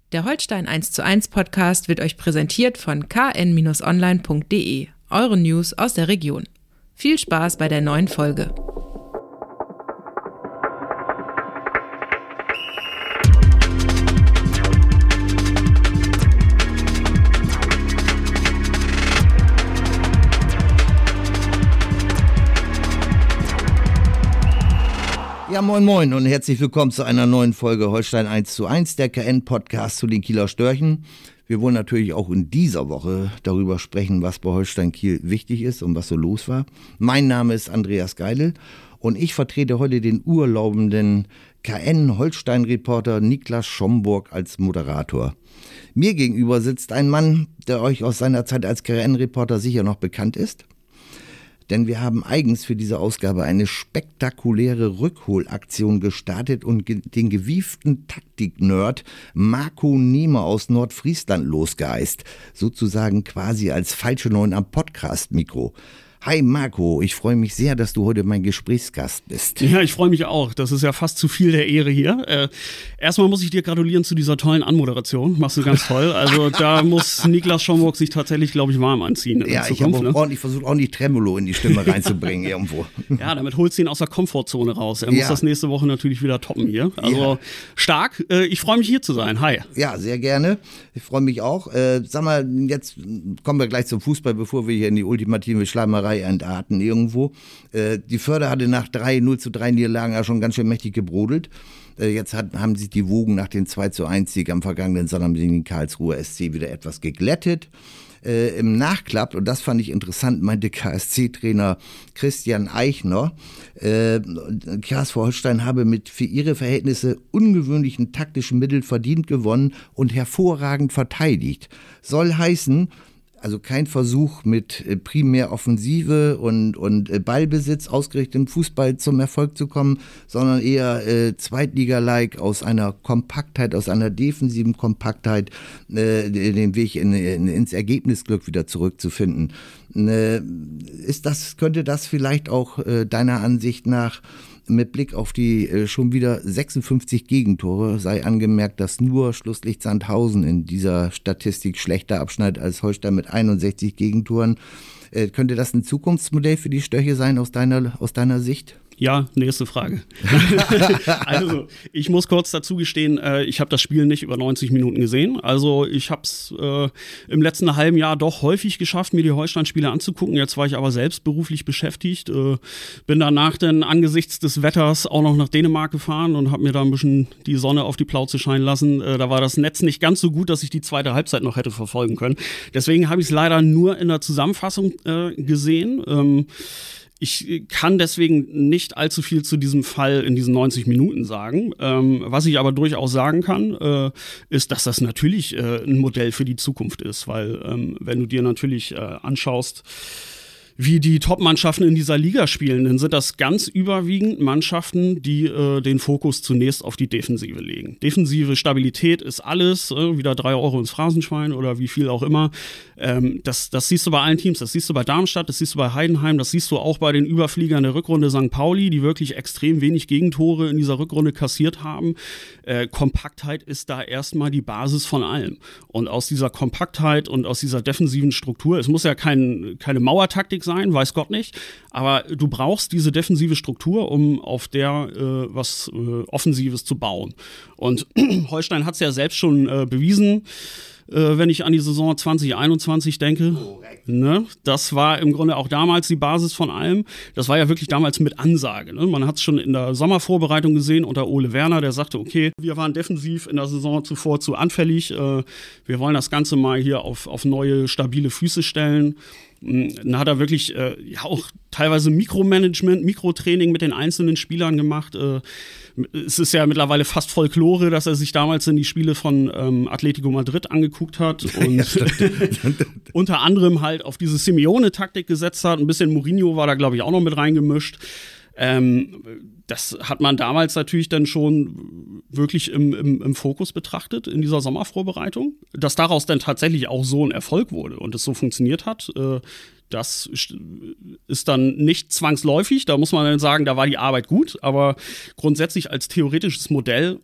Der Holstein 1:1 Podcast wird euch präsentiert von kn-online.de, eure News aus der Region. Viel Spaß bei der neuen Folge. Ja, moin moin und herzlich willkommen zu einer neuen Folge Holstein 1:1, der KN-Podcast zu den Kieler Störchen. Wir wollen natürlich auch in dieser Woche darüber sprechen, was bei Holstein Kiel wichtig ist und was so los war. Mein Name ist Andreas Geilel und ich vertrete heute den urlaubenden KN-Holstein-Reporter Niklas Schomburg als Moderator. Mir gegenüber sitzt ein Mann, der euch aus seiner Zeit als KN-Reporter sicher noch bekannt ist. Denn wir haben eigens für diese Ausgabe eine spektakuläre Rückholaktion gestartet und den gewieften Taktik-Nerd Marco Nehmer aus Nordfriesland losgeeist. Sozusagen quasi als falsche Neun am Podcast-Mikro. Hi Marco, ich freue mich sehr, dass du heute mein Gesprächsgast bist. Ja, ich freue mich auch. Das ist ja fast zu viel der Ehre hier. Erstmal muss ich dir gratulieren zu dieser tollen Anmoderation. Machst du ganz toll. Also da muss Niklas Schomburg sich tatsächlich, glaube ich, warm anziehen. Ja, ich habe ordentlich versucht, ordentlich Tremolo in die Stimme reinzubringen irgendwo. Ja, damit holst du ihn aus der Komfortzone raus. Er muss das nächste Woche natürlich wieder toppen hier. Also stark. Ich freue mich, hier zu sein. Hi. Ja, sehr gerne. Ich freue mich auch. Sag mal, jetzt kommen wir gleich zum Fußball, bevor wir hier in die ultimative Schleimerei entarten irgendwo. Die Förder hatte nach 0:3 Niederlagen ja schon ganz schön mächtig gebrodelt. Jetzt haben sich die Wogen nach dem 2:1-Sieg am vergangenen Sonntag gegen Karlsruher SC wieder etwas geglättet. Im Nachklapp, und das fand ich interessant, meinte KSC-Trainer Christian Eichner, KSV Holstein habe mit für ihre Verhältnisse ungewöhnlichen taktischen Mitteln verdient gewonnen und hervorragend verteidigt. Soll heißen, also kein Versuch mit primär Offensive und Ballbesitz ausgerichtetem Fußball zum Erfolg zu kommen, sondern eher Zweitliga-like aus einer Kompaktheit, aus einer defensiven Kompaktheit den Weg ins Ergebnisglück wieder zurückzufinden. Könnte das vielleicht auch deiner Ansicht nach mit Blick auf die schon wieder 56 Gegentore, sei angemerkt, dass nur Schlusslicht Sandhausen in dieser Statistik schlechter abschneidet als Holstein mit 61 Gegentoren. Könnte das ein Zukunftsmodell für die Störche sein aus deiner Sicht? Ja, nächste Frage. Also, ich muss kurz dazu gestehen, ich habe das Spiel nicht über 90 Minuten gesehen. Also, ich habe es im letzten halben Jahr doch häufig geschafft, mir die Holstein-Spiele anzugucken. Jetzt war ich aber selbst beruflich beschäftigt. Bin danach dann angesichts des Wetters auch noch nach Dänemark gefahren und habe mir da ein bisschen die Sonne auf die Plauze scheinen lassen. Da war das Netz nicht ganz so gut, dass ich die zweite Halbzeit noch hätte verfolgen können. Deswegen habe ich es leider nur in der Zusammenfassung gesehen. Ich kann deswegen nicht allzu viel zu diesem Fall in diesen 90 Minuten sagen. Was ich aber durchaus sagen kann, ist, dass das natürlich ein Modell für die Zukunft ist, weil wenn du dir natürlich anschaust, wie die Top-Mannschaften in dieser Liga spielen, dann sind das ganz überwiegend Mannschaften, die den Fokus zunächst auf die Defensive legen. Defensive Stabilität ist alles, wieder 3 Euro ins Phrasenschwein oder wie viel auch immer. Das siehst du bei allen Teams, das siehst du bei Darmstadt, das siehst du bei Heidenheim, das siehst du auch bei den Überfliegern der Rückrunde St. Pauli, die wirklich extrem wenig Gegentore in dieser Rückrunde kassiert haben. Kompaktheit ist da erstmal die Basis von allem. Und aus dieser Kompaktheit und aus dieser defensiven Struktur, es muss ja keine Mauertaktik sein, weiß Gott nicht, aber du brauchst diese defensive Struktur, um auf der was Offensives zu bauen. Und Holstein hat es ja selbst schon bewiesen, wenn ich an die Saison 2021 denke. Ne? Das war im Grunde auch damals die Basis von allem. Das war ja wirklich damals mit Ansage. Ne? Man hat es schon in der Sommervorbereitung gesehen unter Ole Werner, der sagte, okay, wir waren defensiv in der Saison zuvor zu anfällig. Wir wollen das Ganze mal hier auf neue, stabile Füße stellen. Dann hat er wirklich auch teilweise Mikromanagement, Mikrotraining mit den einzelnen Spielern gemacht. Es ist ja mittlerweile fast Folklore, dass er sich damals in die Spiele von Atletico Madrid angeguckt hat und unter anderem halt auf diese Simeone-Taktik gesetzt hat. Ein bisschen Mourinho war da, glaube ich, auch noch mit reingemischt. Das hat man damals natürlich dann schon wirklich im Fokus betrachtet in dieser Sommervorbereitung. Dass daraus dann tatsächlich auch so ein Erfolg wurde und es so funktioniert hat, das ist dann nicht zwangsläufig. Da muss man dann sagen, da war die Arbeit gut. Aber grundsätzlich als theoretisches Modell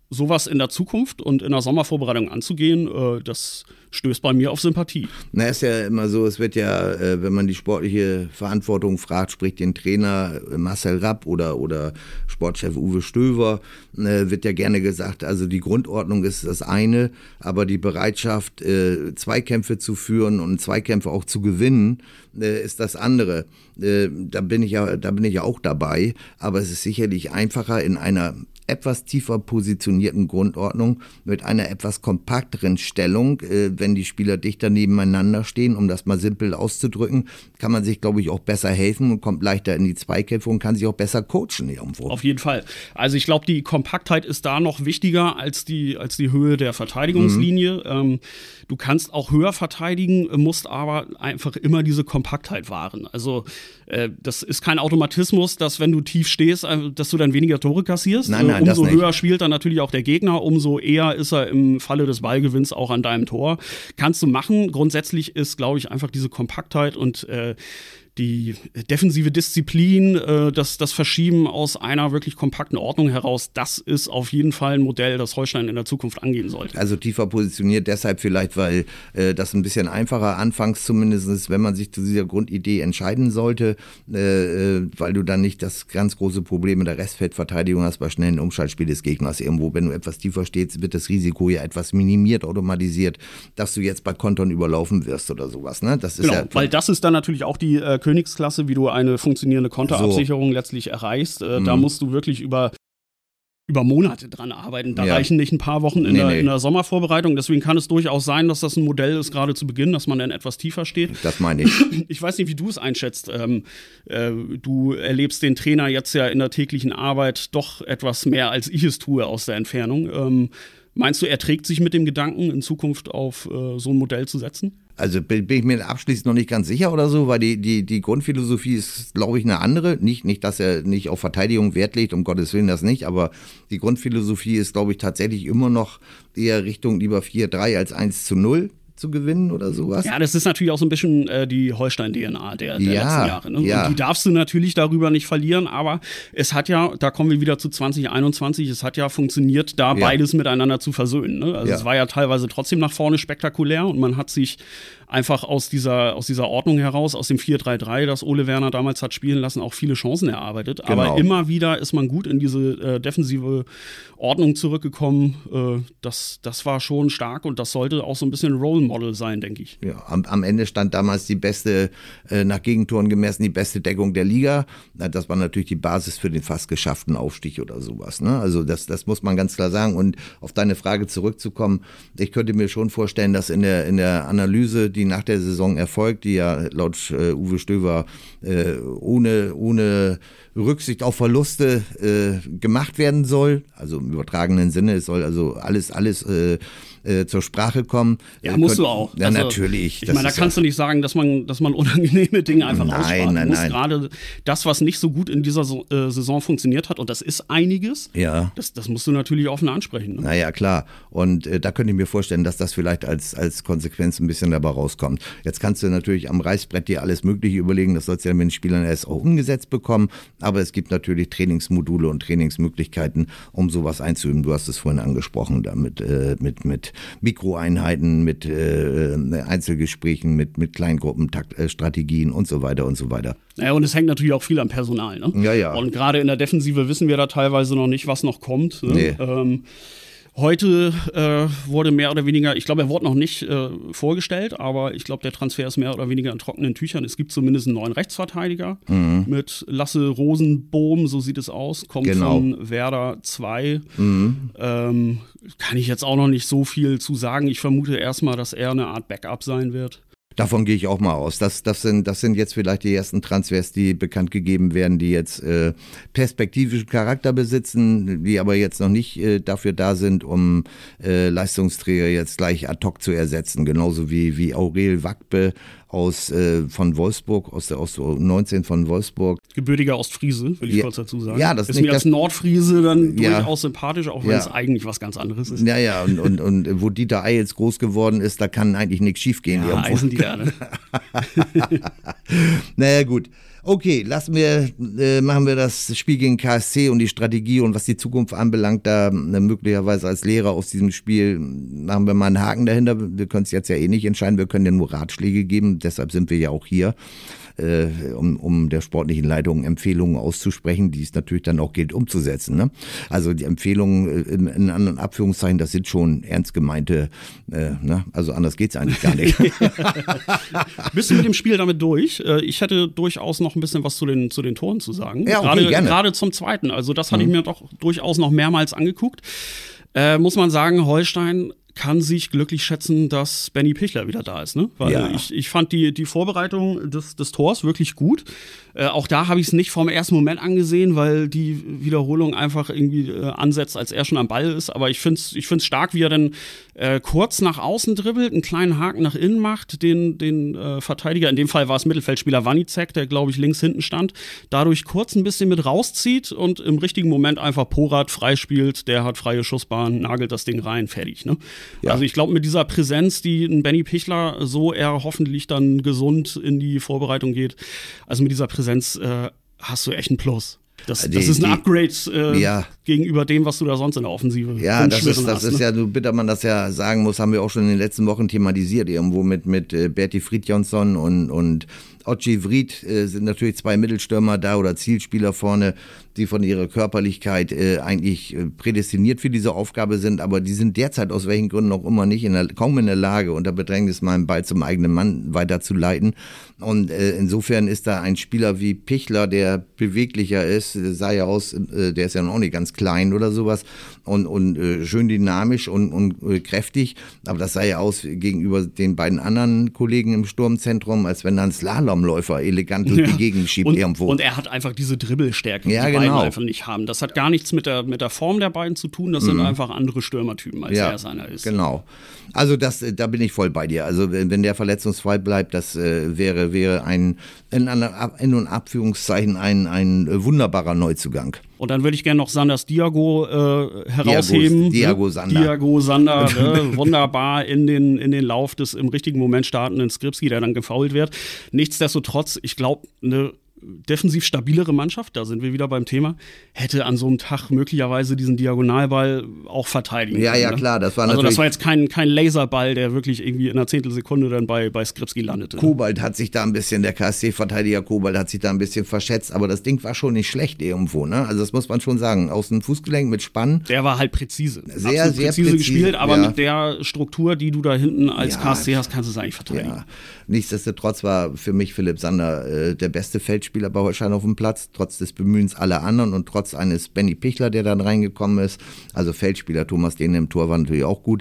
sowas in der Zukunft und in der Sommervorbereitung anzugehen, das stößt bei mir auf Sympathie. Na, ist ja immer so, es wird ja, wenn man die sportliche Verantwortung fragt, sprich den Trainer Marcel Rapp oder Sportchef Uwe Stöver, wird ja gerne gesagt, also die Grundordnung ist das eine, aber die Bereitschaft, Zweikämpfe zu führen und Zweikämpfe auch zu gewinnen, ist das andere. Da bin ich ja auch dabei, aber es ist sicherlich einfacher in einer etwas tiefer positionierten Grundordnung mit einer etwas kompakteren Stellung, wenn die Spieler dichter nebeneinander stehen, um das mal simpel auszudrücken, kann man sich, glaube ich, auch besser helfen und kommt leichter in die Zweikämpfe und kann sich auch besser coachen irgendwo. Auf jeden Fall. Also ich glaube, die Kompaktheit ist da noch wichtiger als die Höhe der Verteidigungslinie. Du kannst auch höher verteidigen, musst aber einfach immer diese Kompaktheit wahren. Also das ist kein Automatismus, dass wenn du tief stehst, dass du dann weniger Tore kassierst. Nein, umso höher spielt dann natürlich auch der Gegner, umso eher ist er im Falle des Ballgewinns auch an deinem Tor. Kannst du machen. Grundsätzlich ist, glaube ich, einfach diese Kompaktheit und die defensive Disziplin, das Verschieben aus einer wirklich kompakten Ordnung heraus, das ist auf jeden Fall ein Modell, das Holstein in der Zukunft angehen sollte. Also tiefer positioniert deshalb vielleicht, weil das ein bisschen einfacher anfangs zumindest ist, wenn man sich zu dieser Grundidee entscheiden sollte, weil du dann nicht das ganz große Problem in der Restfeldverteidigung hast bei schnellen Umschaltspiel des Gegners irgendwo. Wenn du etwas tiefer stehst, wird das Risiko ja etwas minimiert, automatisiert, dass du jetzt bei Kontern überlaufen wirst oder sowas. Ne? Das ist genau, ja, weil das ist dann natürlich auch die Königsklasse, wie du eine funktionierende Konterabsicherung letztlich erreichst. Da musst du wirklich über Monate dran arbeiten. Da reichen nicht ein paar Wochen in der Sommervorbereitung. Deswegen kann es durchaus sein, dass das ein Modell ist, gerade zu Beginn, dass man dann etwas tiefer steht. Das meine ich. Ich weiß nicht, wie du es einschätzt. Du erlebst den Trainer jetzt ja in der täglichen Arbeit doch etwas mehr, als ich es tue aus der Entfernung. Meinst du, er trägt sich mit dem Gedanken, in Zukunft auf so ein Modell zu setzen? Also bin ich mir abschließend noch nicht ganz sicher oder so, weil die Grundphilosophie ist, glaube ich, eine andere. Nicht, dass er nicht auf Verteidigung Wert legt, um Gottes Willen das nicht, aber die Grundphilosophie ist, glaube ich, tatsächlich immer noch eher Richtung lieber 4-3 als 1-0 zu gewinnen oder sowas. Ja, das ist natürlich auch so ein bisschen die Holstein-DNA der letzten Jahre. Ne? Ja. Und die darfst du natürlich darüber nicht verlieren, aber es hat ja, da kommen wir wieder zu 2021, es hat ja funktioniert, da beides miteinander zu versöhnen. Ne? Also es war ja teilweise trotzdem nach vorne spektakulär und man hat sich einfach aus dieser Ordnung heraus, aus dem 4-3-3, das Ole Werner damals hat spielen lassen, auch viele Chancen erarbeitet. Genau. Aber immer wieder ist man gut in diese defensive Ordnung zurückgekommen. Das war schon stark und das sollte auch so ein bisschen Role Model sein, denke ich. Ja, am Ende stand damals die beste, nach Gegentoren gemessen, die beste Deckung der Liga. Das war natürlich die Basis für den fast geschafften Aufstieg oder sowas. Ne? Also das muss man ganz klar sagen. Und auf deine Frage zurückzukommen, ich könnte mir schon vorstellen, dass in der Analyse, die nach der Saison erfolgt, die ja laut Uwe Stöver ohne Rücksicht auf Verluste gemacht werden soll, also im übertragenen Sinne, es soll also alles zur Sprache kommen. Ja, musst du auch. Ja, also, natürlich. Ich meine, da kannst du nicht sagen, dass man unangenehme Dinge einfach ausspart. Nein. Gerade das, was nicht so gut in dieser Saison funktioniert hat, und das ist einiges, das musst du natürlich offen ansprechen. Ne? Naja, klar. Und da könnte ich mir vorstellen, dass das vielleicht als Konsequenz ein bisschen dabei rauskommt. Jetzt kannst du natürlich am Reißbrett dir alles Mögliche überlegen, das sollst du ja mit den Spielern erst auch umgesetzt bekommen, aber es gibt natürlich Trainingsmodule und Trainingsmöglichkeiten, um sowas einzuüben. Du hast es vorhin angesprochen, damit mit Mikroeinheiten, mit Einzelgesprächen, mit Kleingruppen, Strategien und so weiter und so weiter. Ja, und es hängt natürlich auch viel am Personal. Ne? Ja. Und gerade in der Defensive wissen wir da teilweise noch nicht, was noch kommt. Ne? Nee. Heute wurde mehr oder weniger, ich glaube, er wurde noch nicht vorgestellt, aber ich glaube, der Transfer ist mehr oder weniger in trockenen Tüchern. Es gibt zumindest einen neuen Rechtsverteidiger mit Lasse Rosenbohm, so sieht es aus, kommt von Werder 2. Kann ich jetzt auch noch nicht so viel zu sagen. Ich vermute erstmal, dass er eine Art Backup sein wird. Davon gehe ich auch mal aus. Das sind jetzt vielleicht die ersten Transfers, die bekannt gegeben werden, die jetzt perspektivischen Charakter besitzen, die aber jetzt noch nicht dafür da sind, um Leistungsträger jetzt gleich ad hoc zu ersetzen. Genauso wie Aurel Wackbe von Wolfsburg, aus der 19 von Wolfsburg. Gebürtiger Ostfriese, will ich kurz dazu sagen. Ja, das ist mir als Nordfriese dann durchaus sympathisch, auch wenn es Ja. eigentlich was ganz anderes ist. Ja, und wo Dieter Eils groß geworden ist, da kann eigentlich nichts schief gehen. Ja, Eisendieter, ne? Naja, gut. Okay, machen wir das Spiel gegen KSC und die Strategie und was die Zukunft anbelangt, da möglicherweise als Lehrer aus diesem Spiel, machen wir mal einen Haken dahinter. Wir können es jetzt ja eh nicht entscheiden, wir können ja nur Ratschläge geben, deshalb sind wir ja auch hier, um der sportlichen Leitung Empfehlungen auszusprechen, die es natürlich dann auch gilt umzusetzen. Ne? Also die Empfehlungen in anderen Abführungszeichen, das sind schon ernst gemeinte, also anders geht's eigentlich gar nicht. Bist du mit dem Spiel damit durch? Ich hätte durchaus noch ein bisschen was zu den Toren zu sagen. Ja, okay, gerade zum zweiten. Also das hatte ich mir doch durchaus noch mehrmals angeguckt. Muss man sagen, Holstein kann sich glücklich schätzen, dass Benny Pichler wieder da ist, ne? Weil ich fand die Vorbereitung des Tors wirklich gut. Auch da habe ich es nicht vom ersten Moment angesehen, weil die Wiederholung einfach irgendwie ansetzt, als er schon am Ball ist. Aber ich find's stark, wie er dann kurz nach außen dribbelt, einen kleinen Haken nach innen macht, den Verteidiger, in dem Fall war es Mittelfeldspieler Wanizek, der, glaube ich, links hinten stand, dadurch kurz ein bisschen mit rauszieht und im richtigen Moment einfach Porat freispielt, der hat freie Schussbahn, nagelt das Ding rein, fertig, ne? Ja. Also ich glaube, mit dieser Präsenz, die ein Benny Pichler, so er hoffentlich dann gesund in die Vorbereitung geht, also mit dieser Präsenz hast du echt ein Plus. Das ist ein Upgrade gegenüber dem, was du da sonst in der Offensive das ist ja, so bitter man das ja sagen muss, haben wir auch schon in den letzten Wochen thematisiert, irgendwo mit Berti Fridjonsson und Oci Vried sind natürlich zwei Mittelstürmer da oder Zielspieler vorne, die von ihrer Körperlichkeit eigentlich prädestiniert für diese Aufgabe sind, aber die sind derzeit aus welchen Gründen auch immer nicht kaum in der Lage, unter Bedrängnis mal einen Ball zum eigenen Mann weiterzuleiten. Und insofern ist da ein Spieler wie Pichler, der beweglicher ist, sah ja aus, der ist ja noch auch nicht ganz klein oder sowas und schön dynamisch und kräftig, aber das sah ja aus gegenüber den beiden anderen Kollegen im Sturmzentrum, als wenn da ein Slalomläufer elegant durch die Gegend schiebt irgendwo. Und er hat einfach diese Dribbelstärke, die beiden einfach nicht haben. Das hat gar nichts mit der Form der beiden zu tun, das sind einfach andere Stürmertypen, als er seiner ist. Genau. Also da bin ich voll bei dir. Also wenn der verletzungsfrei bleibt, das wäre ein, in und Abführungszeichen, ein wunderbarer Neuzugang. Und dann würde ich gerne noch Sanders Diago herausheben. Diago Sander, wunderbar in den Lauf des im richtigen Moment startenden Skripski, der dann gefoult wird. Nichtsdestotrotz, ich glaube, eine defensiv stabilere Mannschaft, da sind wir wieder beim Thema, hätte an so einem Tag möglicherweise diesen Diagonalball auch verteidigen können. Ja, klar, das war natürlich. Also das war jetzt kein Laserball, der wirklich irgendwie in einer Zehntelsekunde dann bei Skripski landete. Kobalt hat sich da ein bisschen, der KSC-Verteidiger Kobalt hat sich da ein bisschen verschätzt, aber das Ding war schon nicht schlecht irgendwo, ne? Also das muss man schon sagen, aus dem Fußgelenk mit Spann. Der war halt präzise. Sehr präzise gespielt, aber mit der Struktur, die du da hinten als KSC hast, kannst du es eigentlich verteidigen. Ja. Nichtsdestotrotz war für mich Philipp Sander der beste Feldspieler bei Holstein auf dem Platz, trotz des Bemühens aller anderen und trotz eines Benny Pichler, der dann reingekommen ist. Also Feldspieler Thomas Dehne im Tor war natürlich auch gut.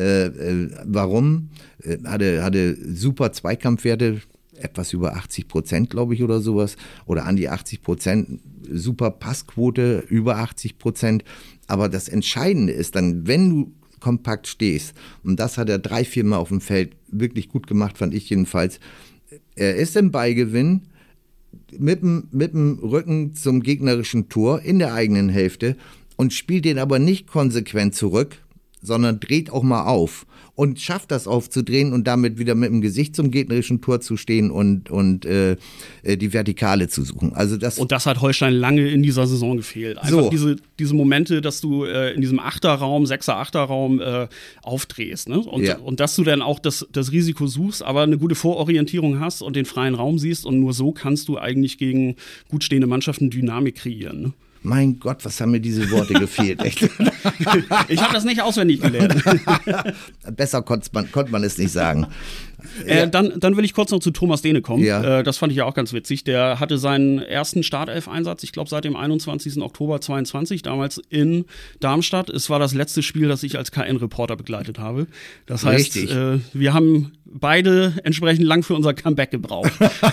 Warum? Hatte super Zweikampfwerte, etwas über 80%, glaube ich, oder sowas. Oder an die 80%. Super Passquote, über 80%. Aber das Entscheidende ist dann, wenn du kompakt stehst, und das hat er 3-4 Mal auf dem Feld wirklich gut gemacht, fand ich jedenfalls. Er ist im Beigewinn mit dem Rücken zum gegnerischen Tor in der eigenen Hälfte und spielt den aber nicht konsequent zurück, sondern dreht auch mal auf und schafft das aufzudrehen und damit wieder mit dem Gesicht zum gegnerischen Tor zu stehen und die Vertikale zu suchen. Also und das hat Holstein lange in dieser Saison gefehlt. Einfach diese Momente, dass du in diesem Achterraum, Sechser-Achterraum aufdrehst, ne? Und dass du dann auch das Risiko suchst, aber eine gute Vororientierung hast und den freien Raum siehst und nur so kannst du eigentlich gegen gut stehende Mannschaften Dynamik kreieren, ne? Mein Gott, was haben mir diese Worte gefehlt, echt. Ich habe das nicht auswendig gelernt. Besser konnte man es nicht sagen. Dann will ich kurz noch zu Thomas Dehne kommen. Ja. Das fand ich ja auch ganz witzig. Der hatte seinen ersten Startelf-Einsatz, ich glaube seit dem 21. Oktober 22, damals in Darmstadt. Es war das letzte Spiel, das ich als KN-Reporter begleitet habe. Das heißt, wir haben beide entsprechend lang für unser Comeback gebraucht.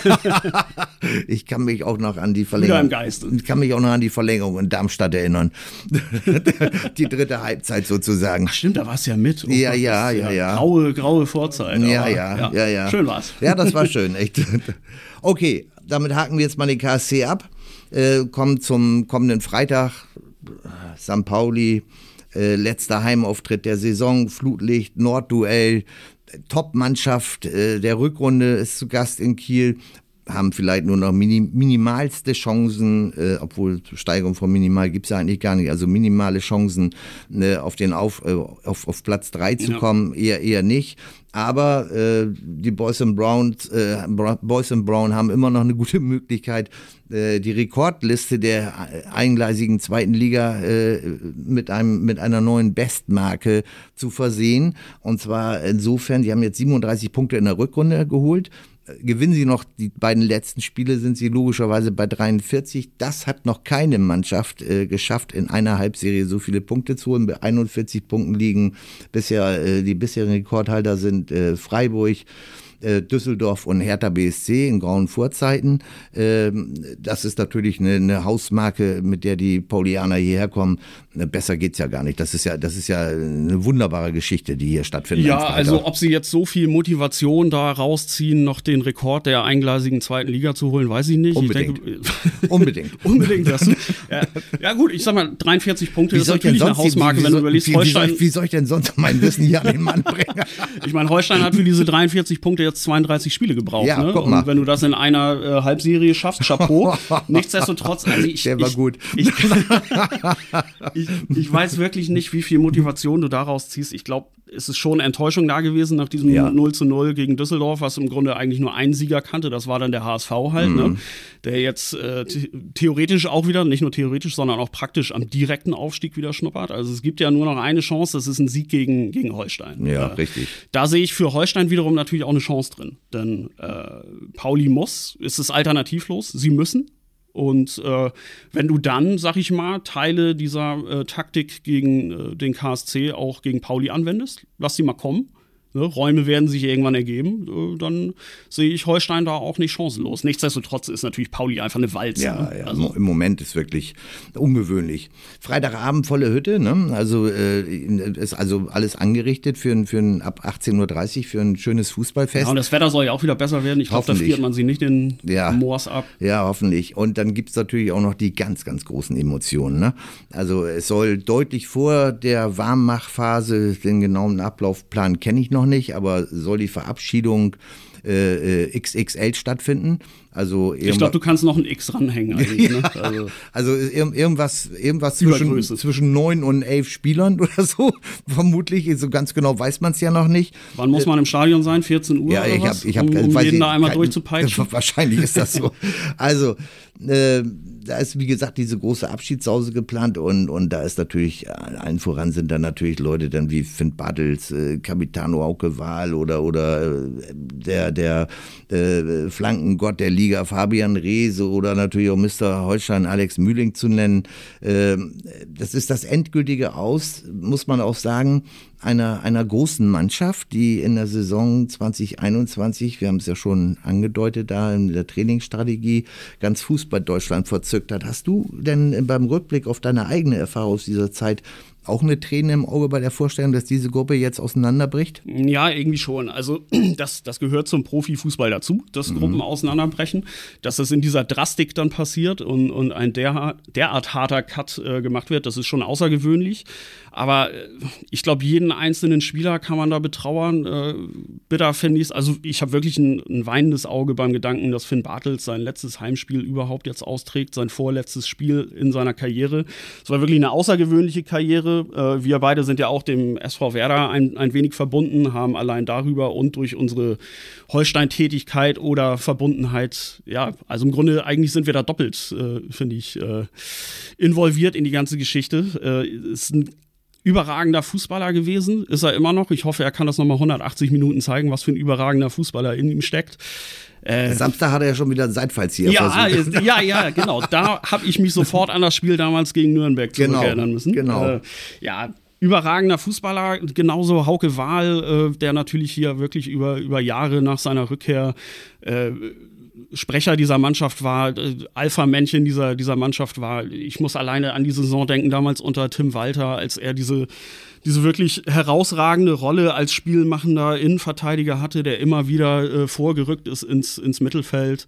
Ich kann mich auch noch an die Verlängerung. Wieder im Geist. Ich kann mich auch noch an die Verlängerung in Darmstadt erinnern. Die dritte Halbzeit sozusagen. Ach stimmt, da warst du ja mit. Oh, ja. Graue Vorzeit. Ja. Schön war's. Ja, das war schön, echt. Okay, damit haken wir jetzt mal den KSC ab. Kommen zum kommenden Freitag. St. Pauli, letzter Heimauftritt der Saison, Flutlicht, Nordduell. Top-Mannschaft der Rückrunde ist zu Gast in Kiel. haben vielleicht nur noch minimalste Chancen, obwohl Steigerung von minimal gibt es ja eigentlich gar nicht, also minimale Chancen auf Platz 3 zu kommen, eher nicht. Aber die Boys and Brown haben immer noch eine gute Möglichkeit, die Rekordliste der eingleisigen zweiten Liga mit einer neuen Bestmarke zu versehen. Und zwar insofern, die haben jetzt 37 Punkte in der Rückrunde geholt. Gewinnen sie noch die beiden letzten Spiele, sind sie logischerweise bei 43. Das hat noch keine Mannschaft geschafft, in einer Halbserie so viele Punkte zu holen. Bei 41 Punkten liegen bisher, die bisherigen Rekordhalter sind Freiburg, Düsseldorf und Hertha BSC in grauen Vorzeiten. Das ist natürlich eine Hausmarke, mit der die Paulianer hierher kommen. Besser geht's ja gar nicht. Das ist ja eine wunderbare Geschichte, die hier stattfindet. Ja, also ob sie jetzt so viel Motivation da rausziehen, noch den Rekord der eingleisigen zweiten Liga zu holen, weiß ich nicht. Unbedingt. Unbedingt. Ja gut, ich sag mal, 43 Punkte ist natürlich eine Hausmarke, wenn du überlegst, Holstein. Wie soll ich denn sonst mein Wissen hier an den Mann bringen? Ich meine, Holstein hat für diese 43 Punkte jetzt 32 Spiele gebraucht. Ja, ne? guck mal. Und wenn du das in einer Halbserie schaffst, Chapeau. Nichtsdestotrotz, also der war gut. Ich weiß wirklich nicht, wie viel Motivation du daraus ziehst. Ich glaube, es ist schon Enttäuschung da gewesen nach diesem 0:0 gegen Düsseldorf, was im Grunde eigentlich nur einen Sieger kannte. Das war dann der HSV halt, ne? Der jetzt theoretisch auch wieder, nicht nur theoretisch, sondern auch praktisch am direkten Aufstieg wieder schnuppert. Also es gibt ja nur noch eine Chance, das ist ein Sieg gegen Holstein. Ja, richtig. Da sehe ich für Holstein wiederum natürlich auch eine Chance drin. Denn Pauli ist es alternativlos, sie müssen. Und wenn du dann, sag ich mal, Teile dieser Taktik gegen den KSC auch gegen Pauli anwendest, lass sie mal kommen. Ne, Räume werden sich irgendwann ergeben, dann sehe ich Holstein da auch nicht chancenlos. Nichtsdestotrotz ist natürlich Pauli einfach eine Walze. Ja, ne? ja, also im Moment ist wirklich ungewöhnlich. Freitagabend volle Hütte, ne? Also ist also alles angerichtet für ein ab 18:30 Uhr für ein schönes Fußballfest. Ja, und das Wetter soll ja auch wieder besser werden. Ich glaube, da friert man sie nicht den Moors ab. Ja, hoffentlich. Und dann gibt es natürlich auch noch die ganz, ganz großen Emotionen. Ne? Also es soll deutlich vor der Warmmachphase, den genauen Ablaufplan kenne ich noch nicht, aber soll die Verabschiedung XXL stattfinden. Also ich glaube, du kannst noch ein X ranhängen eigentlich. Ne? Also irgendwas zwischen 9 und 11 Spielern oder so. Vermutlich, so ganz genau weiß man es ja noch nicht. Wann muss man im Stadion sein? 14 Uhr ja, oder was? Ich hab, um jeden da einmal durchzupeitschen? Wahrscheinlich ist das so. Also da ist, wie gesagt, diese große Abschiedssause geplant und da ist natürlich, allen voran sind dann natürlich Leute dann wie Finn Bartels, Capitano Hauke Wahl oder der Flankengott der Liga Fabian Reese oder natürlich auch Mr. Holstein Alex Mühling zu nennen. Das ist das endgültige Aus, muss man auch sagen, einer großen Mannschaft, die in der Saison 2021, wir haben es ja schon angedeutet da in der Trainingsstrategie, ganz Fußball Deutschland verzückt hat. Hast du denn beim Rückblick auf deine eigene Erfahrung aus dieser Zeit auch eine Träne im Auge bei der Vorstellung, dass diese Gruppe jetzt auseinanderbricht? Ja, irgendwie schon. Also das gehört zum Profifußball dazu, dass Gruppen auseinanderbrechen. Dass das in dieser Drastik dann passiert und ein derart harter Cut gemacht wird, das ist schon außergewöhnlich. Aber ich glaube, jeden einzelnen Spieler kann man da betrauern. Bitter finde ich es. Also ich habe wirklich ein weinendes Auge beim Gedanken, dass Finn Bartels sein letztes Heimspiel überhaupt jetzt austrägt, sein vorletztes Spiel in seiner Karriere. Es war wirklich eine außergewöhnliche Karriere. Wir beide sind ja auch dem SV Werder ein wenig verbunden, haben allein darüber und durch unsere Holstein-Tätigkeit oder Verbundenheit, ja, also im Grunde eigentlich sind wir da doppelt, finde ich, involviert in die ganze Geschichte. Ist ein überragender Fußballer gewesen, ist er immer noch. Ich hoffe, er kann das nochmal 180 Minuten zeigen, was für ein überragender Fußballer in ihm steckt. Samstag hat er ja schon wieder einen Seitfallzieher versucht. Ja, genau. Da habe ich mich sofort an das Spiel damals gegen Nürnberg zurückerinnern müssen. Genau. Überragender Fußballer, genauso Hauke Wahl, der natürlich hier wirklich über Jahre nach seiner Rückkehr Sprecher dieser Mannschaft war, Alpha-Männchen dieser Mannschaft war. Ich muss alleine an die Saison denken, damals unter Tim Walter, als er diese wirklich herausragende Rolle als spielmachender Innenverteidiger hatte, der immer wieder vorgerückt ist ins Mittelfeld.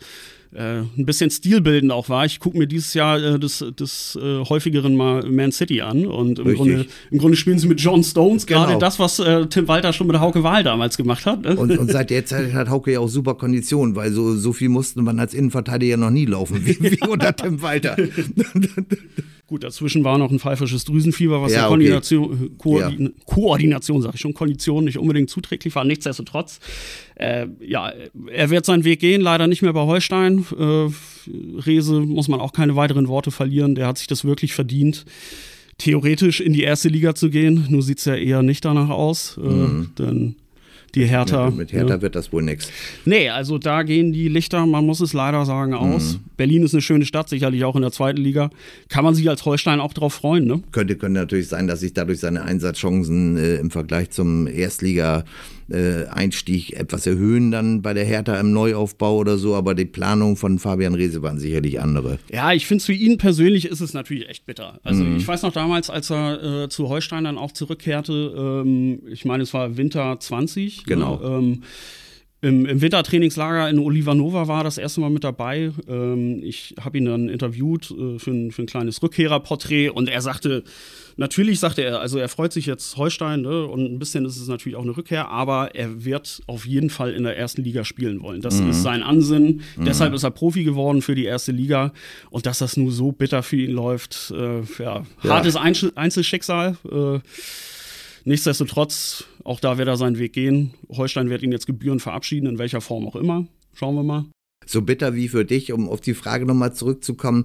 ein bisschen stilbildend auch war. Ich gucke mir dieses Jahr des häufigeren mal Man City an und im Grunde spielen sie mit John Stones gerade das, was Tim Walter schon mit Hauke Wahl damals gemacht hat. Ne? Und seit der Zeit hat Hauke ja auch super Konditionen, weil so viel mussten man als Innenverteidiger noch nie laufen, wie unter Tim Walter. Gut, dazwischen war noch ein pfeifersches Drüsenfieber, was der Koordination, sag ich schon, Kondition nicht unbedingt zuträglich war. Nichtsdestotrotz, er wird seinen Weg gehen, leider nicht mehr bei Holstein. Rehse muss man auch keine weiteren Worte verlieren, der hat sich das wirklich verdient, theoretisch in die erste Liga zu gehen. Nur sieht es ja eher nicht danach aus, denn die Hertha. Mit Hertha wird das wohl nichts. Nee, also da gehen die Lichter, man muss es leider sagen, aus. Berlin ist eine schöne Stadt, sicherlich auch in der zweiten Liga. Kann man sich als Holstein auch drauf freuen, ne? Könnte natürlich sein, dass sich dadurch seine Einsatzchancen im Vergleich zum Erstliga-Einstieg etwas erhöhen dann bei der Hertha im Neuaufbau oder so, aber die Planungen von Fabian Rehse waren sicherlich andere. Ja, ich finde, für ihn persönlich ist es natürlich echt bitter. Also ich weiß noch damals, als er zu Holstein dann auch zurückkehrte, ich meine, es war Winter 20. Genau. Ne? Im Wintertrainingslager in Olivanova war das erste Mal mit dabei. Ich habe ihn dann interviewt für ein kleines Rückkehrerporträt und er sagte, natürlich sagte er, also er freut sich jetzt Holstein, ne, und ein bisschen ist es natürlich auch eine Rückkehr, aber er wird auf jeden Fall in der ersten Liga spielen wollen. Das ist sein Ansinnen, deshalb ist er Profi geworden für die erste Liga und dass das nur so bitter für ihn läuft, hartes Einzelschicksal. Nichtsdestotrotz, auch da wird er seinen Weg gehen. Holstein wird ihn jetzt gebührend verabschieden, in welcher Form auch immer. Schauen wir mal. So bitter wie für dich, um auf die Frage nochmal zurückzukommen,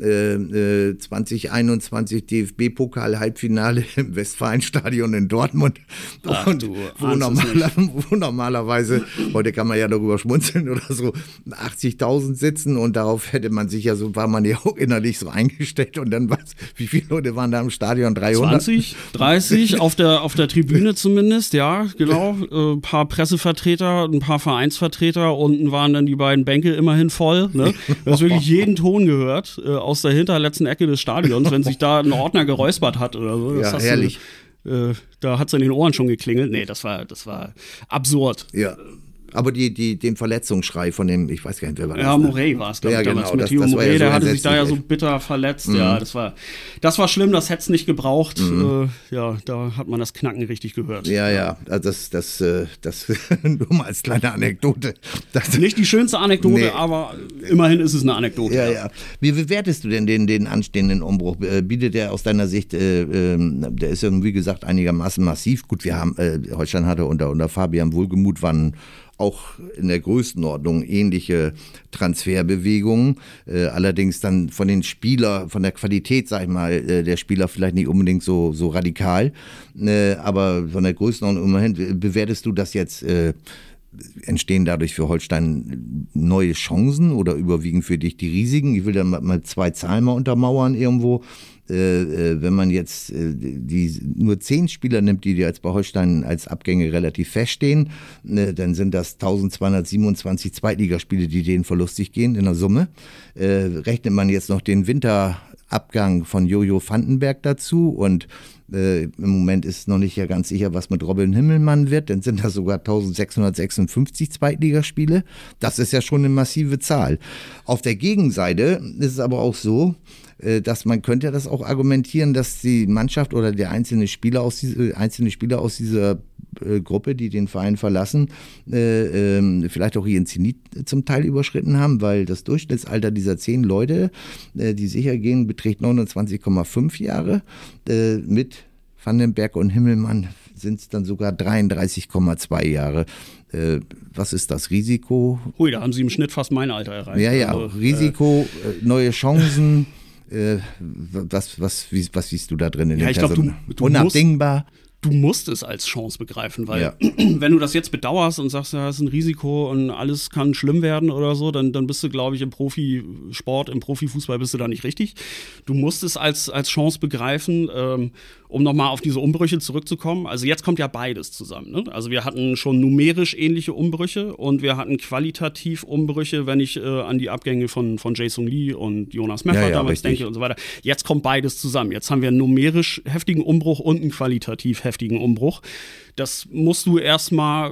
2021 DFB-Pokal-Halbfinale im Westfalenstadion in Dortmund. Wo normalerweise, heute kann man ja darüber schmunzeln oder so, 80.000 sitzen und darauf hätte man sich ja so, war man ja auch innerlich so eingestellt und dann wie viele Leute waren da im Stadion? 300? 20, 30 auf der Tribüne zumindest, ja, genau. Ein paar Pressevertreter, ein paar Vereinsvertreter, unten waren dann die beiden Bänke immerhin voll. Ne? Du hast wirklich jeden Ton gehört aus der hinterletzten Ecke des Stadions, wenn sich da ein Ordner geräuspert hat oder so. Das herrlich. Da hat es in den Ohren schon geklingelt. Nee, das war absurd. Ja. Aber den Verletzungsschrei von dem, ich weiß gar nicht, wer war das? Ja, Morey war es, glaube ich, damals. Genau, Matteo Morey, ja der hatte sich da ja so bitter verletzt. Ja, das war schlimm, das hätte es nicht gebraucht. Da hat man das Knacken richtig gehört. Ja, also das nur mal als kleine Anekdote. Nicht die schönste Anekdote, aber immerhin ist es eine Anekdote. Ja. Wie bewertest du denn den anstehenden Umbruch? Bietet der aus deiner Sicht, der ist ja, wie gesagt, einigermaßen massiv. Gut, wir haben, Holstein hatte unter Fabian Wohlgemuth waren auch in der Größenordnung ähnliche Transferbewegungen, allerdings dann von der Qualität, sag ich mal, der Spieler vielleicht nicht unbedingt so radikal, aber von der Größenordnung immerhin. Bewertest du das jetzt, entstehen dadurch für Holstein neue Chancen oder überwiegen für dich die Risiken? Ich will dann mal zwei Zahlen mal untermauern irgendwo. Wenn man jetzt die nur 10 Spieler nimmt, die jetzt bei Holstein als Abgänge relativ feststehen, dann sind das 1227 Zweitligaspiele, die denen verlustig gehen in der Summe. Rechnet man jetzt noch den Winterabgang von Jojo Vandenberg dazu und im Moment ist noch nicht ja ganz sicher, was mit Robin Himmelmann wird, dann sind das sogar 1656 Zweitligaspiele. Das ist ja schon eine massive Zahl. Auf der Gegenseite ist es aber auch so, dass man könnte ja das auch argumentieren, dass die Mannschaft oder der einzelne Spieler aus dieser Gruppe, die den Verein verlassen, vielleicht auch ihren Zenit zum Teil überschritten haben, weil das Durchschnittsalter dieser 10 Leute, die sicher gehen, beträgt 29,5 Jahre. Mit Vandenberg und Himmelmann sind es dann sogar 33,2 Jahre. Was ist das Risiko? Hui, da haben Sie im Schnitt fast mein Alter erreicht. Ja, also, Risiko, neue Chancen. Was siehst du da drin in den Personen? Unabdingbar. Du musst es als Chance begreifen, weil wenn du das jetzt bedauerst und sagst, ja, das ist ein Risiko und alles kann schlimm werden oder so, dann bist du, glaube ich, im Profisport, im Profifußball bist du da nicht richtig. Du musst es als Chance begreifen, um nochmal auf diese Umbrüche zurückzukommen. Also jetzt kommt ja beides zusammen. Ne? Also wir hatten schon numerisch ähnliche Umbrüche und wir hatten qualitativ Umbrüche, wenn ich an die Abgänge von Jason Lee und Jonas Meffert damals denke und so weiter. Jetzt kommt beides zusammen. Jetzt haben wir einen numerisch heftigen Umbruch und einen qualitativ heftigen heftigen Umbruch. Das musst du erstmal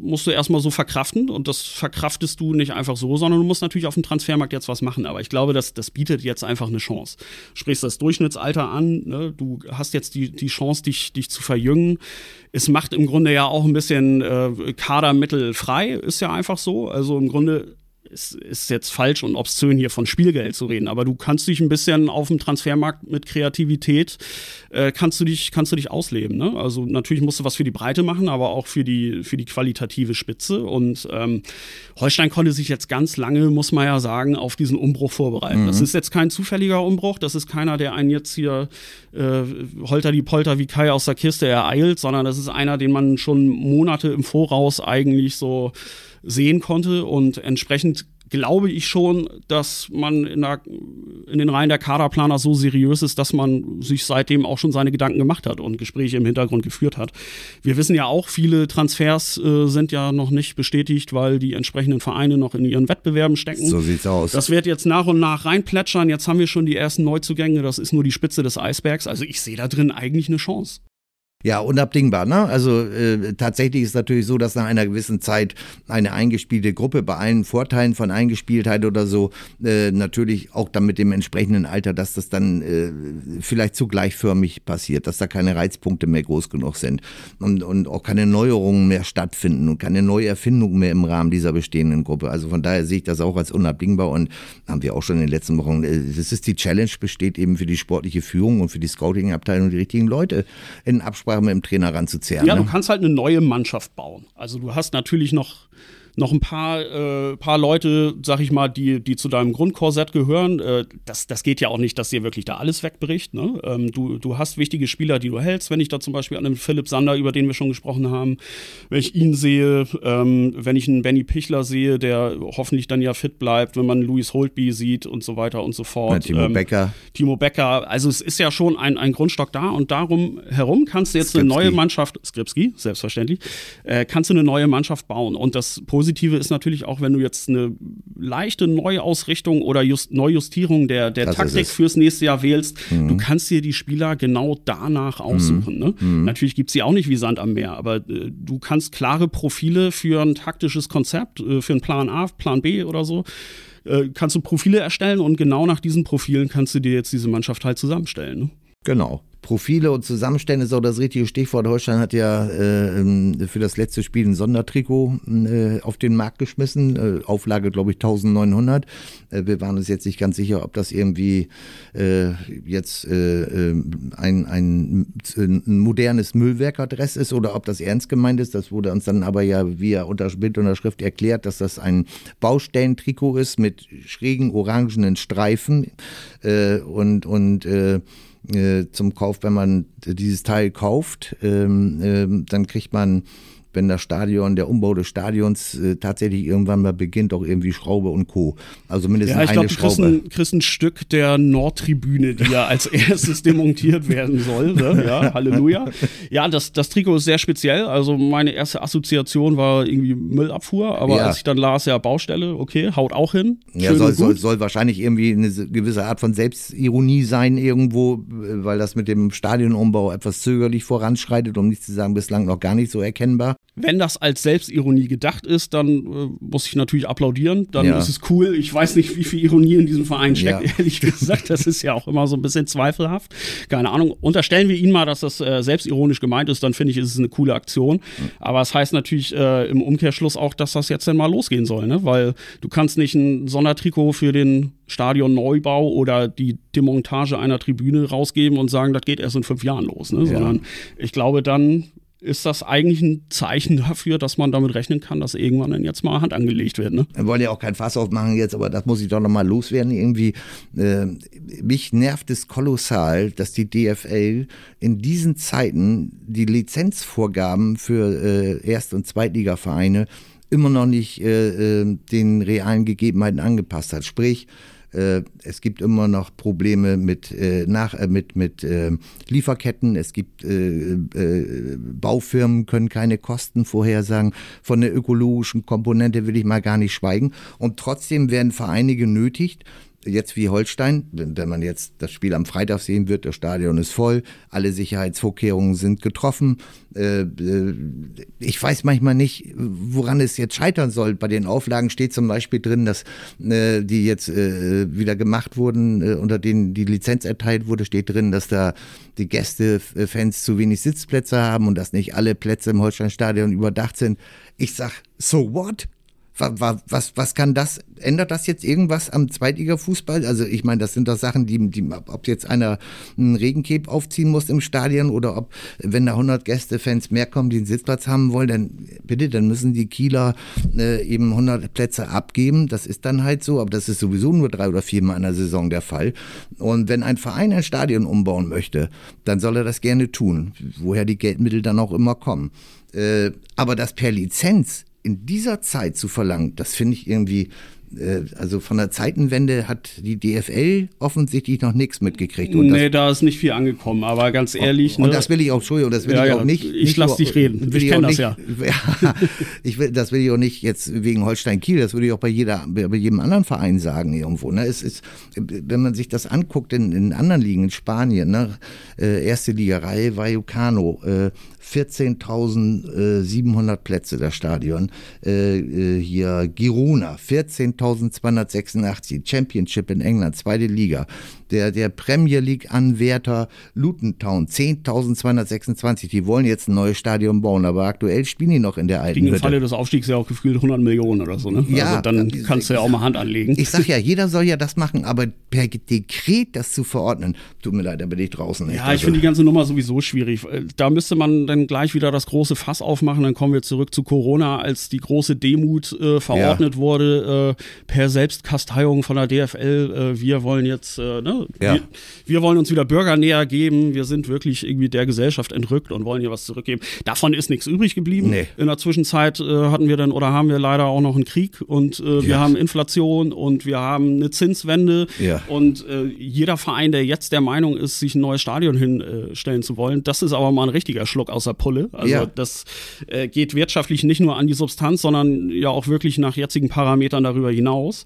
so verkraften und das verkraftest du nicht einfach so, sondern du musst natürlich auf dem Transfermarkt jetzt was machen. Aber ich glaube, das bietet jetzt einfach eine Chance. Sprichst das Durchschnittsalter an, ne? Du hast jetzt die Chance, dich zu verjüngen. Es macht im Grunde ja auch ein bisschen Kadermittel frei, ist ja einfach so. Also im Grunde ist jetzt falsch und obszön hier von Spielgeld zu reden, aber du kannst dich ein bisschen auf dem Transfermarkt mit Kreativität kannst du dich ausleben, ne? Also natürlich musst du was für die Breite machen, aber auch für die qualitative Spitze und Holstein konnte sich jetzt ganz lange, muss man ja sagen, auf diesen Umbruch vorbereiten. Das ist jetzt kein zufälliger Umbruch, das ist keiner, der einen jetzt hier holter die Polter wie Kai aus der Kiste ereilt, sondern das ist einer, den man schon Monate im Voraus eigentlich so sehen konnte und entsprechend glaube ich schon, dass man in den Reihen der Kaderplaner so seriös ist, dass man sich seitdem auch schon seine Gedanken gemacht hat und Gespräche im Hintergrund geführt hat. Wir wissen ja auch, viele Transfers sind ja noch nicht bestätigt, weil die entsprechenden Vereine noch in ihren Wettbewerben stecken. So sieht's aus. Das wird jetzt nach und nach reinplätschern. Jetzt haben wir schon die ersten Neuzugänge. Das ist nur die Spitze des Eisbergs. Also ich sehe da drin eigentlich eine Chance. Ja, unabdingbar, ne? Also tatsächlich ist natürlich so, dass nach einer gewissen Zeit eine eingespielte Gruppe bei allen Vorteilen von Eingespieltheit oder so natürlich auch dann mit dem entsprechenden Alter, dass das dann vielleicht zu gleichförmig passiert, dass da keine Reizpunkte mehr groß genug sind und auch keine Neuerungen mehr stattfinden und keine Neuerfindung mehr im Rahmen dieser bestehenden Gruppe. Also von daher sehe ich das auch als unabdingbar und haben wir auch schon in den letzten Wochen, das ist die Challenge, besteht eben für die sportliche Führung und für die Scouting-Abteilung die richtigen Leute in Absprache mit dem Trainer ranzuzehren. Ja, ne? Du kannst halt eine neue Mannschaft bauen. Also du hast natürlich noch ein paar Leute, sag ich mal, die zu deinem Grundkorsett gehören. Das geht ja auch nicht, dass dir wirklich da alles wegbricht. Ne? Du hast wichtige Spieler, die du hältst. Wenn ich da zum Beispiel an den Philipp Sander, über den wir schon gesprochen haben, wenn ich ihn sehe, wenn ich einen Benny Pichler sehe, der hoffentlich dann ja fit bleibt, wenn man Louis Holtby sieht und so weiter und so fort. Ja, Timo Becker. Also es ist ja schon ein Grundstock da und darum herum kannst du jetzt eine neue Mannschaft, Skripski, selbstverständlich, kannst du eine neue Mannschaft bauen. Und das Positive ist natürlich auch, wenn du jetzt eine leichte Neuausrichtung oder Neujustierung der Taktik fürs nächste Jahr wählst, du kannst dir die Spieler genau danach aussuchen. Ne? Natürlich gibt es sie auch nicht wie Sand am Meer, aber du kannst klare Profile für ein taktisches Konzept, für einen Plan A, Plan B oder so, kannst du Profile erstellen und genau nach diesen Profilen kannst du dir jetzt diese Mannschaft halt zusammenstellen. Ne? Genau. Profile und Zusammenstände ist auch das richtige Stichwort. Holstein hat ja für das letzte Spiel ein Sondertrikot auf den Markt geschmissen. Auflage, glaube ich, 1900. Wir waren uns jetzt nicht ganz sicher, ob das irgendwie jetzt ein modernes Müllwerkerdress ist oder ob das ernst gemeint ist. Das wurde uns dann aber ja via Bildunterschrift erklärt, dass das ein Baustellentrikot ist mit schrägen orangenen Streifen und zum Kauf, wenn man dieses Teil kauft, dann kriegt man, wenn der Umbau des Stadions tatsächlich irgendwann mal beginnt, auch irgendwie Schraube und Co. Also mindestens eine Schraube. Du kriegst ein Stück der Nordtribüne, die ja als erstes demontiert werden soll. Ne? Ja, Halleluja. Ja, das Trikot ist sehr speziell. Also meine erste Assoziation war irgendwie Müllabfuhr, aber als ich dann las, ja, Baustelle, okay, haut auch hin. Ja, soll wahrscheinlich irgendwie eine gewisse Art von Selbstironie sein irgendwo, weil das mit dem Stadionumbau etwas zögerlich voranschreitet, um nicht zu sagen, bislang noch gar nicht so erkennbar. Wenn das als Selbstironie gedacht ist, dann muss ich natürlich applaudieren. Dann ist es cool. Ich weiß nicht, wie viel Ironie in diesem Verein steckt, ehrlich gesagt. Das ist ja auch immer so ein bisschen zweifelhaft. Keine Ahnung. Unterstellen wir Ihnen mal, dass das selbstironisch gemeint ist, dann finde ich, ist es eine coole Aktion. Aber es heißt natürlich im Umkehrschluss auch, dass das jetzt dann mal losgehen soll. Ne? Weil du kannst nicht ein Sondertrikot für den Stadionneubau oder die Demontage einer Tribüne rausgeben und sagen, das geht erst in 5 Jahren los. Ne? Sondern ich glaube, dann ist das eigentlich ein Zeichen dafür, dass man damit rechnen kann, dass irgendwann dann jetzt mal Hand angelegt wird. Ne? Wir wollen ja auch kein Fass aufmachen jetzt, aber das muss ich doch noch mal loswerden. Irgendwie, mich nervt es kolossal, dass die DFL in diesen Zeiten die Lizenzvorgaben für Erst- und Zweitligavereine immer noch nicht den realen Gegebenheiten angepasst hat. Sprich, es gibt immer noch Probleme mit Lieferketten. Es gibt Baufirmen können keine Kosten vorhersagen. Von der ökologischen Komponente will ich mal gar nicht schweigen. Und trotzdem werden Vereine genötigt, jetzt wie Holstein, wenn man jetzt das Spiel am Freitag sehen wird, das Stadion ist voll, alle Sicherheitsvorkehrungen sind getroffen. Ich weiß manchmal nicht, woran es jetzt scheitern soll. Bei den Auflagen steht zum Beispiel drin, dass die jetzt wieder gemacht wurden, unter denen die Lizenz erteilt wurde, steht drin, dass da die Gästefans zu wenig Sitzplätze haben und dass nicht alle Plätze im Holsteinstadion überdacht sind. Ich sag, so what? Was kann das? Ändert das jetzt irgendwas am Zweitliga-Fußball? Also ich meine, das sind doch Sachen, ob jetzt einer einen Regencape aufziehen muss im Stadion oder ob, wenn da 100 Gästefans mehr kommen, die einen Sitzplatz haben wollen, dann müssen die Kieler eben 100 Plätze abgeben. Das ist dann halt so, aber das ist sowieso nur 3 oder 4 Mal in der Saison der Fall. Und wenn ein Verein ein Stadion umbauen möchte, dann soll er das gerne tun, woher die Geldmittel dann auch immer kommen. Aber das per Lizenz in dieser Zeit zu verlangen, das finde ich irgendwie, also von der Zeitenwende hat die DFL offensichtlich noch nichts mitgekriegt. Und da ist nicht viel angekommen, aber ganz ehrlich. Und das will ich auch, Entschuldigung, das will ich auch nicht. Ich lasse dich reden, ich kenne das ja. Das will ich auch nicht jetzt wegen Holstein-Kiel, das würde ich auch bei jedem anderen Verein sagen irgendwo. Ne? Es ist, wenn man sich das anguckt in anderen Ligen, in Spanien, ne? Erste Liga, Rayo Vallecano, 14.700 Plätze das Stadion. Hier Girona, 14.286. Championship in England, 2. Liga. Der Premier League-Anwärter Luton Town, 10.226. Die wollen jetzt ein neues Stadion bauen, aber aktuell spielen die noch in der alten Hütte. Im Falle des Aufstiegs ja auch gefühlt 100 Millionen oder so, ne? Ja, also dann kannst du ja auch mal Hand anlegen. Ich sag ja, jeder soll ja das machen, aber per Dekret das zu verordnen, tut mir leid, da bin ich draußen. Ja, ich finde die ganze Nummer sowieso schwierig. Da müsste man dann gleich wieder das große Fass aufmachen, dann kommen wir zurück zu Corona, als die große Demut verordnet wurde, per Selbstkasteiung von der DFL, wir wollen jetzt, wir wollen uns wieder bürgernäher geben, wir sind wirklich irgendwie der Gesellschaft entrückt und wollen hier was zurückgeben. Davon ist nichts übrig geblieben. Nee. In der Zwischenzeit haben wir leider auch noch einen Krieg und wir haben Inflation und wir haben eine Zinswende und jeder Verein, der jetzt der Meinung ist, sich ein neues Stadion hinstellen zu wollen, das ist aber mal ein richtiger Schluck aus der Pulle. Also das geht wirtschaftlich nicht nur an die Substanz, sondern ja auch wirklich nach jetzigen Parametern darüber hinaus.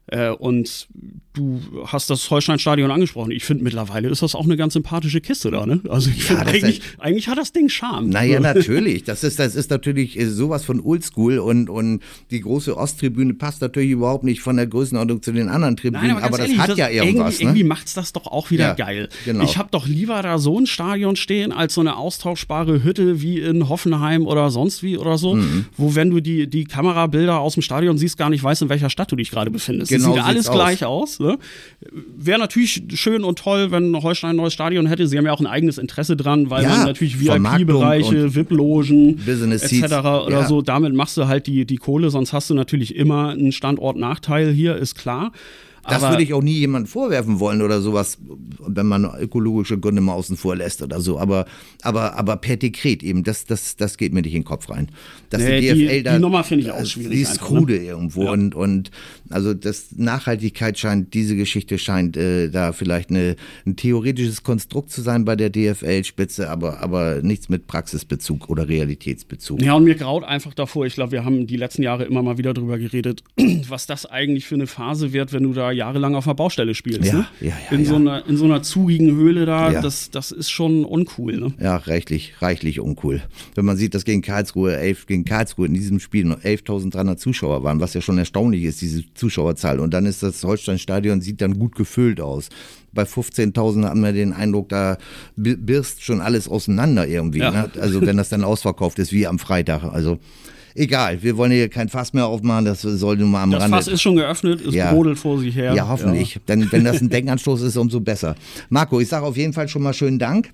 Und du hast das Holstein-Stadion angesprochen. Ich finde, mittlerweile ist das auch eine ganz sympathische Kiste da, ne? Also ich finde, eigentlich hat das Ding Charme. Naja, natürlich. Das ist natürlich sowas von Oldschool und die große Osttribüne passt natürlich überhaupt nicht von der Größenordnung zu den anderen Tribünen, Nein, aber das ehrlich, hat ja irgendwas. Irgendwie macht's das doch auch wieder geil. Genau. Ich habe doch lieber da so ein Stadion stehen, als so eine austauschbare Hütte wie in Hoffenheim oder sonst wie oder so, wo, wenn du die Kamerabilder aus dem Stadion siehst, gar nicht weißt, in welcher Stadt du dich gerade befindest. Genau, sieht alles gleich aus. Ne? Wäre natürlich schön und toll, wenn Holstein ein neues Stadion hätte. Sie haben ja auch ein eigenes Interesse dran, weil man natürlich VIP-Bereiche, VIP-Logen etc. oder so, damit machst du halt die Kohle, sonst hast du natürlich immer einen Standortnachteil hier, ist klar. Das würde ich auch nie jemandem vorwerfen wollen oder sowas, wenn man ökologische Gründe mal außen vor lässt oder so. Aber per Dekret eben, das geht mir nicht in den Kopf rein. Dass die DFL die Nummer finde ich auch schwierig. Die ist krude irgendwo. Ja. Und also Nachhaltigkeit diese Geschichte scheint da vielleicht ein theoretisches Konstrukt zu sein bei der DFL-Spitze, aber nichts mit Praxisbezug oder Realitätsbezug. Ja, und mir graut einfach davor, ich glaube, wir haben die letzten Jahre immer mal wieder drüber geredet, was das eigentlich für eine Phase wird, wenn du da jahrelang auf einer Baustelle spielst. In so einer zugigen Höhle da, das ist schon uncool. Ne? Ja, reichlich uncool. Wenn man sieht, dass gegen Karlsruhe in diesem Spiel noch 11.300 Zuschauer waren, was ja schon erstaunlich ist, diese Zuschauerzahl. Und dann ist das Holstein-Stadion, sieht dann gut gefüllt aus. Bei 15.000 haben wir den Eindruck, da birst schon alles auseinander irgendwie. Ja. Ne? Also wenn das dann ausverkauft ist, wie am Freitag. Also egal, wir wollen hier kein Fass mehr aufmachen, das soll nun mal am Rande. Das Fass ist schon geöffnet, es brodelt vor sich her. Ja, hoffentlich. Denn wenn das ein Denkanstoß ist, umso besser. Marco, ich sage auf jeden Fall schon mal schönen Dank.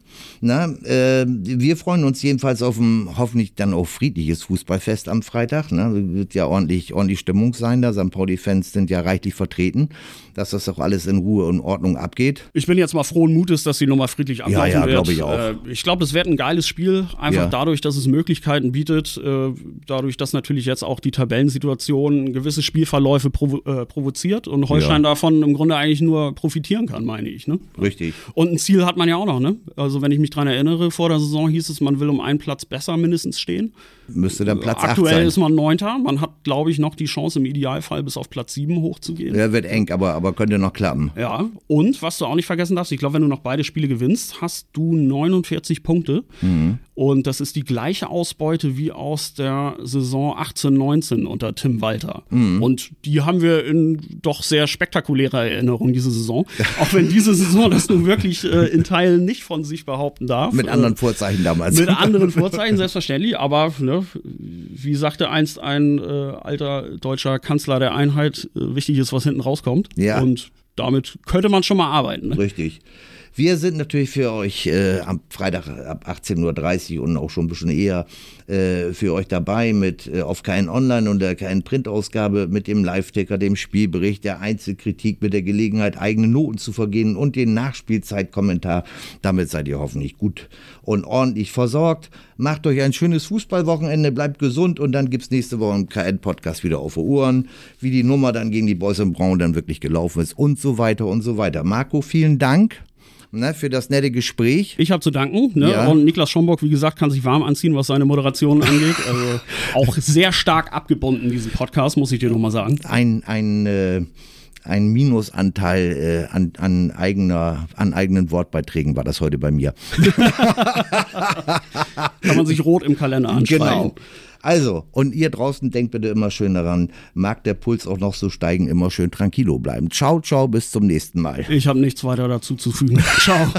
Wir freuen uns jedenfalls auf ein hoffentlich dann auch friedliches Fußballfest am Freitag. Wird ja ordentlich Stimmung sein da. St. Pauli-Fans sind ja reichlich vertreten, dass das auch alles in Ruhe und Ordnung abgeht. Ich bin jetzt mal frohen Mutes, dass die Nummer friedlich ablaufen wird. Ja, glaube ich auch. Ich glaube, das wird ein geiles Spiel, einfach dadurch, dass es Möglichkeiten bietet, dadurch, dass natürlich jetzt auch die Tabellensituation gewisse Spielverläufe provoziert und Holstein davon im Grunde eigentlich nur profitieren kann, meine ich. Ne? Richtig. Und ein Ziel hat man ja auch noch. Ne? Also wenn ich mich dran erinnere, vor der Saison hieß es, man will um einen Platz besser mindestens stehen. Müsste dann Platz 8 Aktuell sein. ist man 9. Man hat, glaube ich, noch die Chance, im Idealfall bis auf Platz 7 hochzugehen. Ja, wird eng, aber könnte noch klappen. Ja, und was du auch nicht vergessen darfst, ich glaube, wenn du noch beide Spiele gewinnst, hast du 49 Punkte. Und das ist die gleiche Ausbeute wie aus der Saison 18/19 unter Tim Walter. Und die haben wir in doch sehr spektakulärer Erinnerung, diese Saison. Auch wenn diese Saison das nun wirklich in Teilen nicht von sich behaupten darf. Mit anderen Vorzeichen damals. Mit anderen Vorzeichen, selbstverständlich. Aber ne, wie sagte einst ein alter deutscher Kanzler der Einheit, wichtig ist, was hinten rauskommt. Ja. Und damit könnte man schon mal arbeiten. Ne? Richtig. Wir sind natürlich für euch am Freitag ab 18:30 Uhr und auch schon ein bisschen eher für euch dabei mit auf KN Online und der KN Printausgabe mit dem Live-Ticker, dem Spielbericht, der Einzelkritik mit der Gelegenheit, eigene Noten zu vergeben und den Nachspielzeitkommentar. Damit seid ihr hoffentlich gut und ordentlich versorgt. Macht euch ein schönes Fußballwochenende, bleibt gesund und dann gibt's nächste Woche im KN-Podcast wieder auf die Ohren, wie die Nummer dann gegen die Boys in Braun dann wirklich gelaufen ist und so weiter und so weiter. Marco, vielen Dank. Für das nette Gespräch. Ich habe zu danken. Ne? Ja. Und Niklas Schomburg, wie gesagt, kann sich warm anziehen, was seine Moderation angeht. Also auch sehr stark abgebunden, diesen Podcast, muss ich dir nochmal sagen. Ein Minusanteil an eigenen Wortbeiträgen war das heute bei mir. Kann man sich rot im Kalender anschreiben. Genau. Also, und ihr draußen denkt bitte immer schön daran, mag der Puls auch noch so steigen, immer schön tranquilo bleiben. Ciao, ciao, bis zum nächsten Mal. Ich habe nichts weiter dazu zu fügen. Ciao.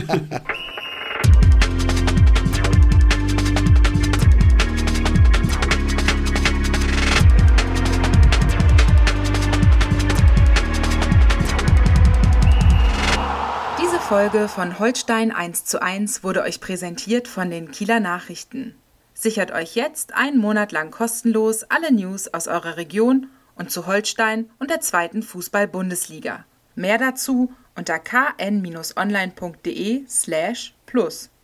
Diese Folge von Holstein 1:1 wurde euch präsentiert von den Kieler Nachrichten. Sichert euch jetzt einen Monat lang kostenlos alle News aus eurer Region und zu Holstein und der 2. Fußball-Bundesliga. Mehr dazu unter kn-online.de/plus.